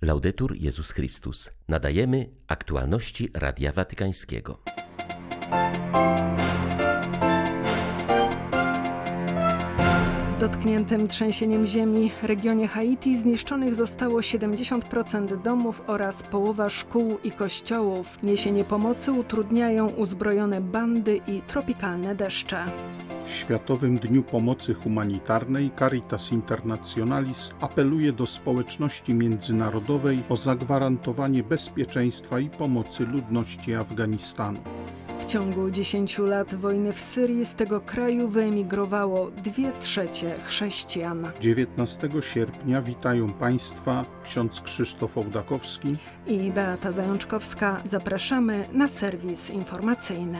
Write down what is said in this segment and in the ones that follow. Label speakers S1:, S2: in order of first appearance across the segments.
S1: Laudetur Jezus Chrystus. Nadajemy aktualności Radia Watykańskiego.
S2: W dotkniętym trzęsieniem ziemi regionie Haiti zniszczonych zostało 70% domów oraz połowa szkół i kościołów. Niesienie pomocy utrudniają uzbrojone bandy i tropikalne deszcze.
S3: W Światowym Dniu Pomocy Humanitarnej Caritas Internationalis apeluje do społeczności międzynarodowej o zagwarantowanie bezpieczeństwa i pomocy ludności Afganistanu.
S2: W ciągu 10 lat wojny w Syrii z tego kraju wyemigrowało 2/3 chrześcijan.
S3: 19 sierpnia witają Państwa ksiądz Krzysztof Ołdakowski
S2: I Beata Zajączkowska. Zapraszamy na serwis informacyjny.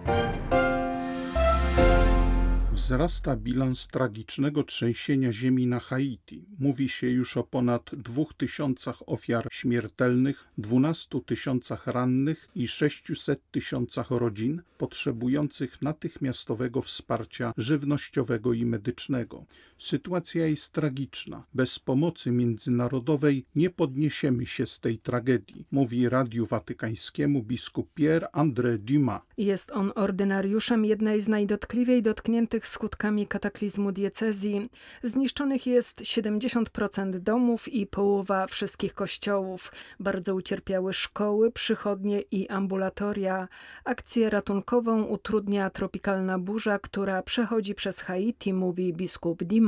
S3: Wzrasta bilans tragicznego trzęsienia ziemi na Haiti. Mówi się już o ponad 2000 ofiar śmiertelnych, 12 tysiącach rannych i 600 tysiącach rodzin potrzebujących natychmiastowego wsparcia żywnościowego i medycznego. Sytuacja jest tragiczna. Bez pomocy międzynarodowej nie podniesiemy się z tej tragedii, mówi Radiu Watykańskiemu biskup Pierre-André Dumas.
S2: Jest on ordynariuszem jednej z najdotkliwiej dotkniętych skutkami kataklizmu diecezji. Zniszczonych jest 70% domów i połowa wszystkich kościołów. Bardzo ucierpiały szkoły, przychodnie i ambulatoria. Akcję ratunkową utrudnia tropikalna burza, która przechodzi przez Haiti, mówi biskup Dumas.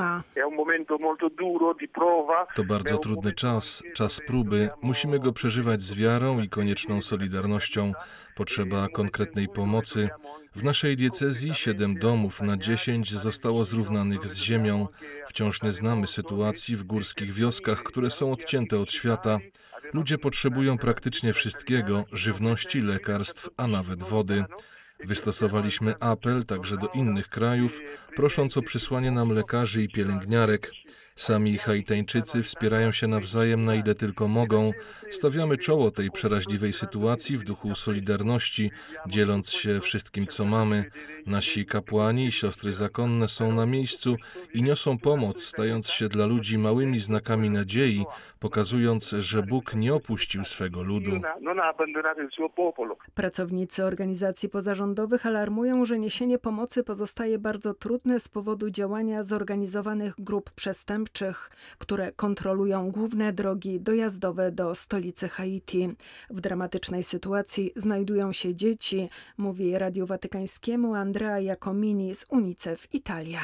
S4: To bardzo trudny czas próby. Musimy go przeżywać z wiarą i konieczną solidarnością. Potrzeba konkretnej pomocy. W naszej diecezji 7 domów na 10 zostało zrównanych z ziemią. Wciąż nie znamy sytuacji w górskich wioskach, które są odcięte od świata. Ludzie potrzebują praktycznie wszystkiego, żywności, lekarstw, a nawet wody. Wystosowaliśmy apel także do innych krajów, prosząc o przysłanie nam lekarzy i pielęgniarek. Sami Haitańczycy wspierają się nawzajem na ile tylko mogą. Stawiamy czoło tej przeraźliwej sytuacji w duchu solidarności, dzieląc się wszystkim, co mamy. Nasi kapłani i siostry zakonne są na miejscu i niosą pomoc, stając się dla ludzi małymi znakami nadziei, pokazując, że Bóg nie opuścił swego ludu.
S2: Pracownicy organizacji pozarządowych alarmują, że niesienie pomocy pozostaje bardzo trudne z powodu działania zorganizowanych grup przestępczych, które kontrolują główne drogi dojazdowe do stolicy Haiti. W dramatycznej sytuacji znajdują się dzieci, mówi Radiu Watykańskiemu Andrea Iacomini z UNICEF Italia.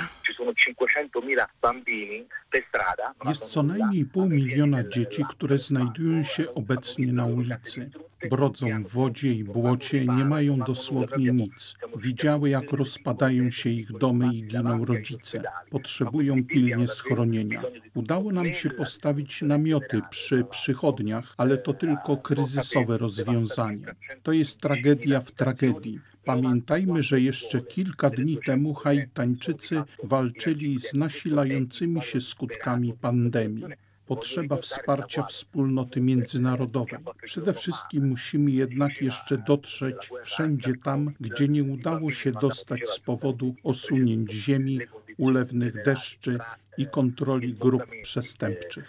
S3: Jest co najmniej 500 000 dzieci, które znajdują się obecnie na ulicy. Brodzą w wodzie i błocie, nie mają dosłownie nic. Widziały, jak rozpadają się ich domy i giną rodzice. Potrzebują pilnie schronienia. Udało nam się postawić namioty przy przychodniach, ale to tylko kryzysowe rozwiązanie. To jest tragedia w tragedii. Pamiętajmy, że jeszcze kilka dni temu Haitańczycy walczyli z nasilającymi się skutkami pandemii. Potrzeba wsparcia wspólnoty międzynarodowej. Przede wszystkim musimy jednak jeszcze dotrzeć wszędzie tam, gdzie nie udało się dostać z powodu osunięć ziemi, ulewnych deszczy i kontroli grup przestępczych.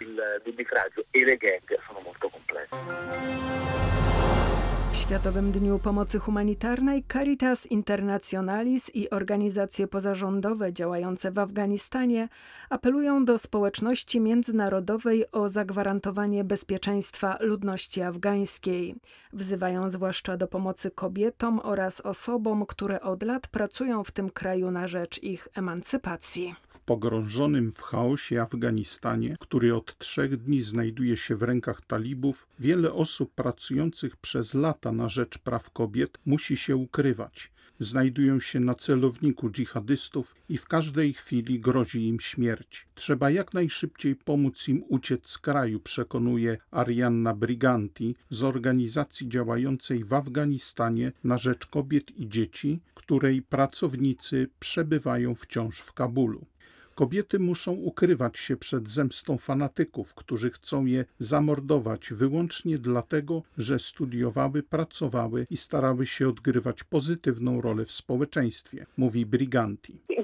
S2: W Światowym Dniu Pomocy Humanitarnej Caritas Internationalis i organizacje pozarządowe działające w Afganistanie apelują do społeczności międzynarodowej o zagwarantowanie bezpieczeństwa ludności afgańskiej. Wzywają zwłaszcza do pomocy kobietom oraz osobom, które od lat pracują w tym kraju na rzecz ich emancypacji.
S3: W pogrążonym w chaosie Afganistanie, który od 3 dni znajduje się w rękach talibów, wiele osób pracujących przez lata na rzecz praw kobiet musi się ukrywać. Znajdują się na celowniku dżihadystów i w każdej chwili grozi im śmierć. Trzeba jak najszybciej pomóc im uciec z kraju, przekonuje Arianna Briganti z organizacji działającej w Afganistanie na rzecz kobiet i dzieci, której pracownicy przebywają wciąż w Kabulu. Kobiety muszą ukrywać się przed zemstą fanatyków, którzy chcą je zamordować wyłącznie dlatego, że studiowały, pracowały i starały się odgrywać pozytywną rolę w społeczeństwie, mówi Briganti.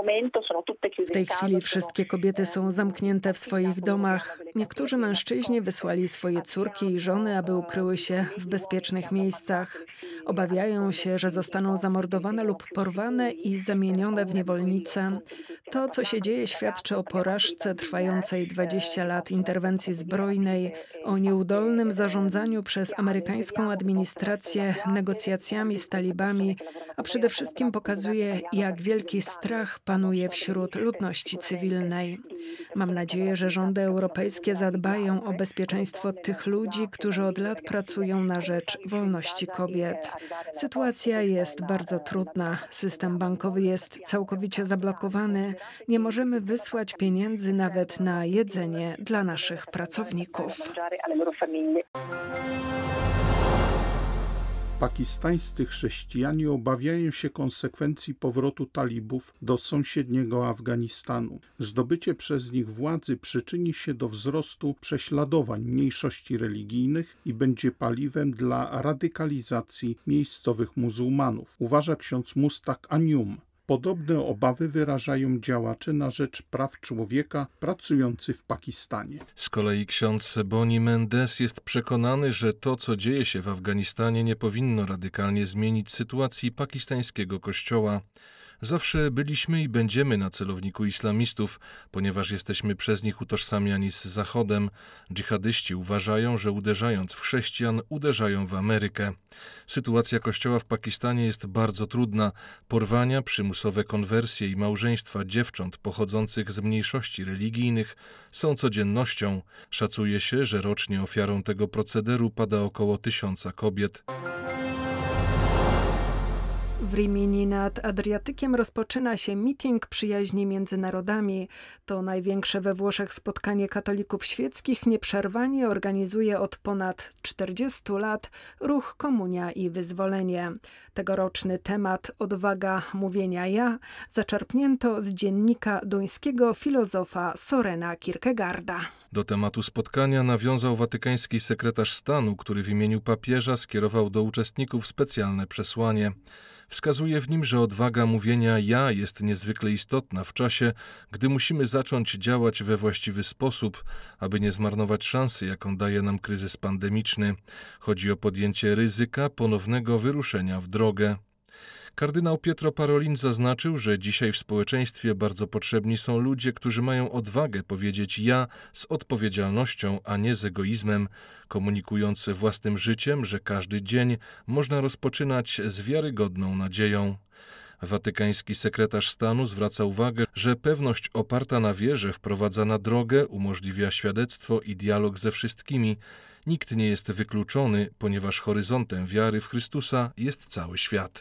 S2: W tej chwili wszystkie kobiety są zamknięte w swoich domach. Niektórzy mężczyźni wysłali swoje córki i żony, aby ukryły się w bezpiecznych miejscach. Obawiają się, że zostaną zamordowane lub porwane i zamienione w niewolnice. To, co się dzieje, świadczy o porażce trwającej 20 lat interwencji zbrojnej, o nieudolnym zarządzaniu przez amerykańską administrację negocjacjami z talibami, a przede wszystkim pokazuje, jak wielki strach panuje wśród ludności cywilnej. Mam nadzieję, że rządy europejskie zadbają o bezpieczeństwo tych ludzi, którzy od lat pracują na rzecz wolności kobiet. Sytuacja jest bardzo trudna. System bankowy jest całkowicie zablokowany. Nie możemy wysłać pieniędzy nawet na jedzenie dla naszych pracowników.
S3: Pakistańscy chrześcijanie obawiają się konsekwencji powrotu talibów do sąsiedniego Afganistanu. Zdobycie przez nich władzy przyczyni się do wzrostu prześladowań mniejszości religijnych i będzie paliwem dla radykalizacji miejscowych muzułmanów, uważa ksiądz Mustak Anium. Podobne obawy wyrażają działacze na rzecz praw człowieka pracujący w Pakistanie.
S4: Z kolei ksiądz Boni Mendes jest przekonany, że to, co dzieje się w Afganistanie, nie powinno radykalnie zmienić sytuacji pakistańskiego kościoła. Zawsze byliśmy i będziemy na celowniku islamistów, ponieważ jesteśmy przez nich utożsamiani z Zachodem. Dżihadyści uważają, że uderzając w chrześcijan, uderzają w Amerykę. Sytuacja kościoła w Pakistanie jest bardzo trudna. Porwania, przymusowe konwersje i małżeństwa dziewcząt pochodzących z mniejszości religijnych są codziennością. Szacuje się, że rocznie ofiarą tego procederu pada około 1000 kobiet.
S2: W Rimini nad Adriatykiem rozpoczyna się miting przyjaźni między narodami. To największe we Włoszech spotkanie katolików świeckich nieprzerwanie organizuje od ponad 40 lat ruch Komunia i Wyzwolenie. Tegoroczny temat Odwaga mówienia ja zaczerpnięto z dziennika duńskiego filozofa Sorena Kierkegaarda.
S4: Do tematu spotkania nawiązał watykański sekretarz stanu, który w imieniu papieża skierował do uczestników specjalne przesłanie. Wskazuje w nim, że odwaga mówienia ja jest niezwykle istotna w czasie, gdy musimy zacząć działać we właściwy sposób, aby nie zmarnować szansy, jaką daje nam kryzys pandemiczny. Chodzi o podjęcie ryzyka ponownego wyruszenia w drogę. Kardynał Pietro Parolin zaznaczył, że dzisiaj w społeczeństwie bardzo potrzebni są ludzie, którzy mają odwagę powiedzieć ja z odpowiedzialnością, a nie z egoizmem, komunikując własnym życiem, że każdy dzień można rozpoczynać z wiarygodną nadzieją. Watykański sekretarz stanu zwraca uwagę, że pewność oparta na wierze wprowadza na drogę, umożliwia świadectwo i dialog ze wszystkimi. Nikt nie jest wykluczony, ponieważ horyzontem wiary w Chrystusa jest cały świat.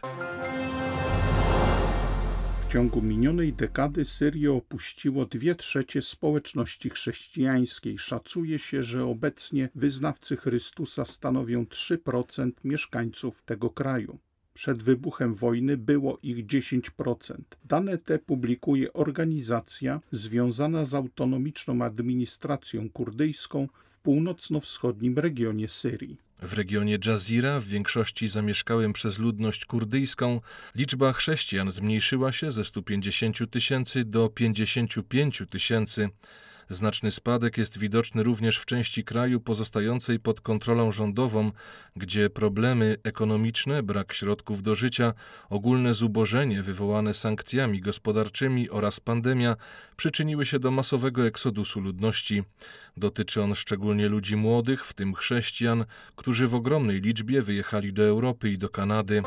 S3: W ciągu minionej dekady Syrię opuściło 2/3 społeczności chrześcijańskiej. Szacuje się, że obecnie wyznawcy Chrystusa stanowią 3% mieszkańców tego kraju. Przed wybuchem wojny było ich 10%. Dane te publikuje organizacja związana z autonomiczną administracją kurdyjską w północno-wschodnim regionie Syrii.
S4: W regionie Dżazira, w większości zamieszkałym przez ludność kurdyjską, liczba chrześcijan zmniejszyła się ze 150 000 do 55 000. Znaczny spadek jest widoczny również w części kraju pozostającej pod kontrolą rządową, gdzie problemy ekonomiczne, brak środków do życia, ogólne zubożenie wywołane sankcjami gospodarczymi oraz pandemia przyczyniły się do masowego eksodusu ludności. Dotyczy on szczególnie ludzi młodych, w tym chrześcijan, którzy w ogromnej liczbie wyjechali do Europy i do Kanady.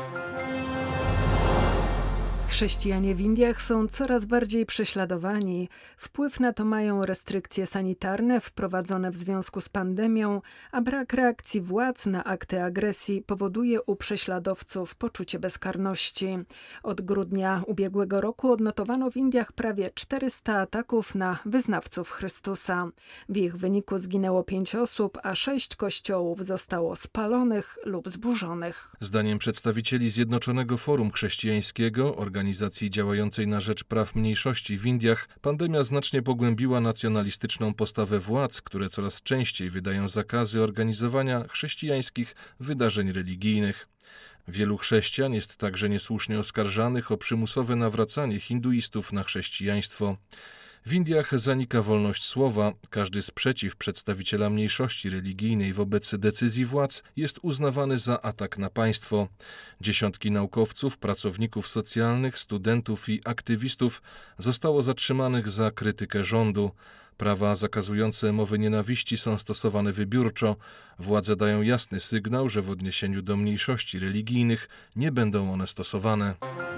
S2: Chrześcijanie w Indiach są coraz bardziej prześladowani. Wpływ na to mają restrykcje sanitarne wprowadzone w związku z pandemią, a brak reakcji władz na akty agresji powoduje u prześladowców poczucie bezkarności. Od grudnia ubiegłego roku odnotowano w Indiach prawie 400 ataków na wyznawców Chrystusa. W ich wyniku zginęło 5 osób, a 6 kościołów zostało spalonych lub zburzonych.
S4: Zdaniem przedstawicieli Zjednoczonego Forum Chrześcijańskiego, organizacji działającej na rzecz praw mniejszości w Indiach, pandemia znacznie pogłębiła nacjonalistyczną postawę władz, które coraz częściej wydają zakazy organizowania chrześcijańskich wydarzeń religijnych. Wielu chrześcijan jest także niesłusznie oskarżanych o przymusowe nawracanie hinduistów na chrześcijaństwo. W Indiach zanika wolność słowa. Każdy sprzeciw przedstawiciela mniejszości religijnej wobec decyzji władz jest uznawany za atak na państwo. Dziesiątki naukowców, pracowników socjalnych, studentów i aktywistów zostało zatrzymanych za krytykę rządu. Prawa zakazujące mowy nienawiści są stosowane wybiórczo. Władze dają jasny sygnał, że w odniesieniu do mniejszości religijnych nie będą one stosowane.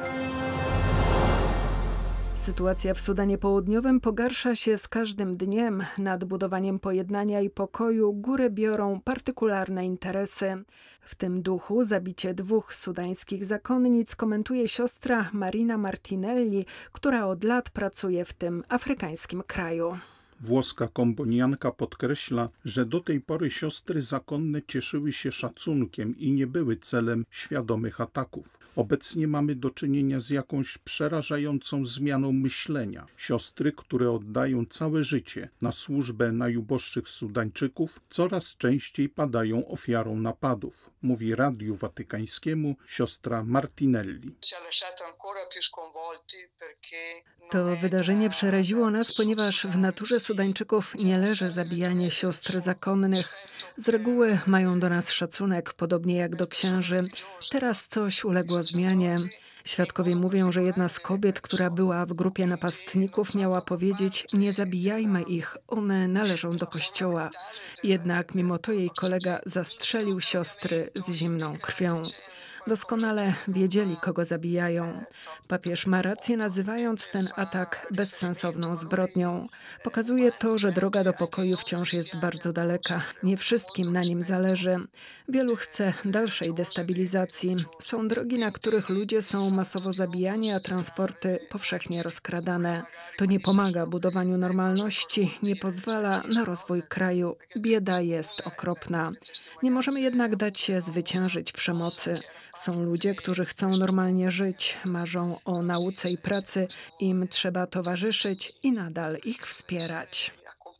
S2: Sytuacja w Sudanie Południowym pogarsza się z każdym dniem. Nad budowaniem pojednania i pokoju górę biorą partykularne interesy. W tym duchu zabicie 2 sudańskich zakonnic komentuje siostra Marina Martinelli, która od lat pracuje w tym afrykańskim kraju.
S3: Włoska kombonianka podkreśla, że do tej pory siostry zakonne cieszyły się szacunkiem i nie były celem świadomych ataków. Obecnie mamy do czynienia z jakąś przerażającą zmianą myślenia. Siostry, które oddają całe życie na służbę najuboższych Sudańczyków, coraz częściej padają ofiarą napadów, mówi Radiu Watykańskiemu siostra Martinelli.
S2: To wydarzenie przeraziło nas, ponieważ w naturze Sudańczyków nie leży zabijanie sióstr zakonnych. Z reguły mają do nas szacunek, podobnie jak do księży. Teraz coś uległo zmianie. Świadkowie mówią, że jedna z kobiet, która była w grupie napastników, miała powiedzieć: nie zabijajmy ich, one należą do kościoła. Jednak mimo to jej kolega zastrzelił siostry z zimną krwią. Doskonale wiedzieli, kogo zabijają. Papież ma rację, nazywając ten atak bezsensowną zbrodnią. Pokazuje to, że droga do pokoju wciąż jest bardzo daleka. Nie wszystkim na nim zależy. Wielu chce dalszej destabilizacji. Są drogi, na których ludzie są masowo zabijani, a transporty powszechnie rozkradane. To nie pomaga budowaniu normalności, nie pozwala na rozwój kraju. Bieda jest okropna. Nie możemy jednak dać się zwyciężyć przemocy. Są ludzie, którzy chcą normalnie żyć, marzą o nauce i pracy, im trzeba towarzyszyć i nadal ich wspierać.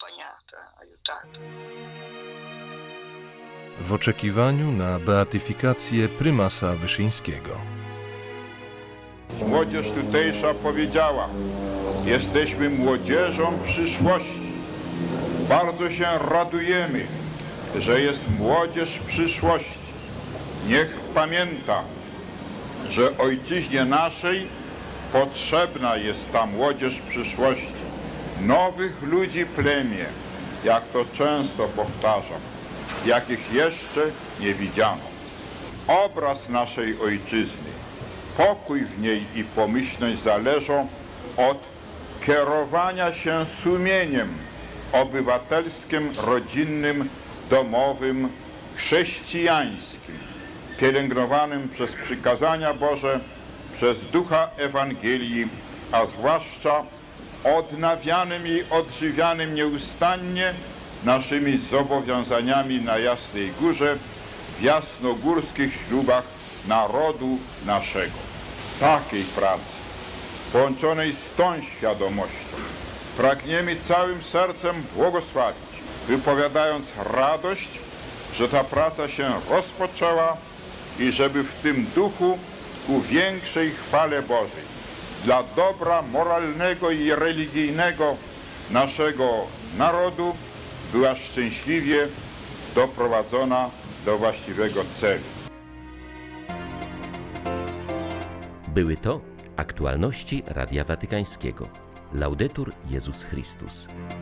S4: W oczekiwaniu na beatyfikację prymasa Wyszyńskiego.
S5: Młodzież tutejsza powiedziała: jesteśmy młodzieżą przyszłości. Bardzo się radujemy, że jest młodzież przyszłości. Niech pamięta, że ojczyźnie naszej potrzebna jest ta młodzież przyszłości. Nowych ludzi plemię, jak to często powtarzam, jakich jeszcze nie widziano. Obraz naszej ojczyzny, pokój w niej i pomyślność zależą od kierowania się sumieniem obywatelskim, rodzinnym, domowym, chrześcijańskim, pielęgnowanym przez przykazania Boże, przez Ducha Ewangelii, a zwłaszcza odnawianym i odżywianym nieustannie naszymi zobowiązaniami na Jasnej Górze, w jasnogórskich ślubach narodu naszego. Takiej pracy, połączonej z tą świadomością, pragniemy całym sercem błogosławić, wypowiadając radość, że ta praca się rozpoczęła i żeby w tym duchu ku większej chwale Bożej, dla dobra moralnego i religijnego naszego narodu była szczęśliwie doprowadzona do właściwego celu.
S1: Były to aktualności Radia Watykańskiego. Laudetur Jezus Chrystus.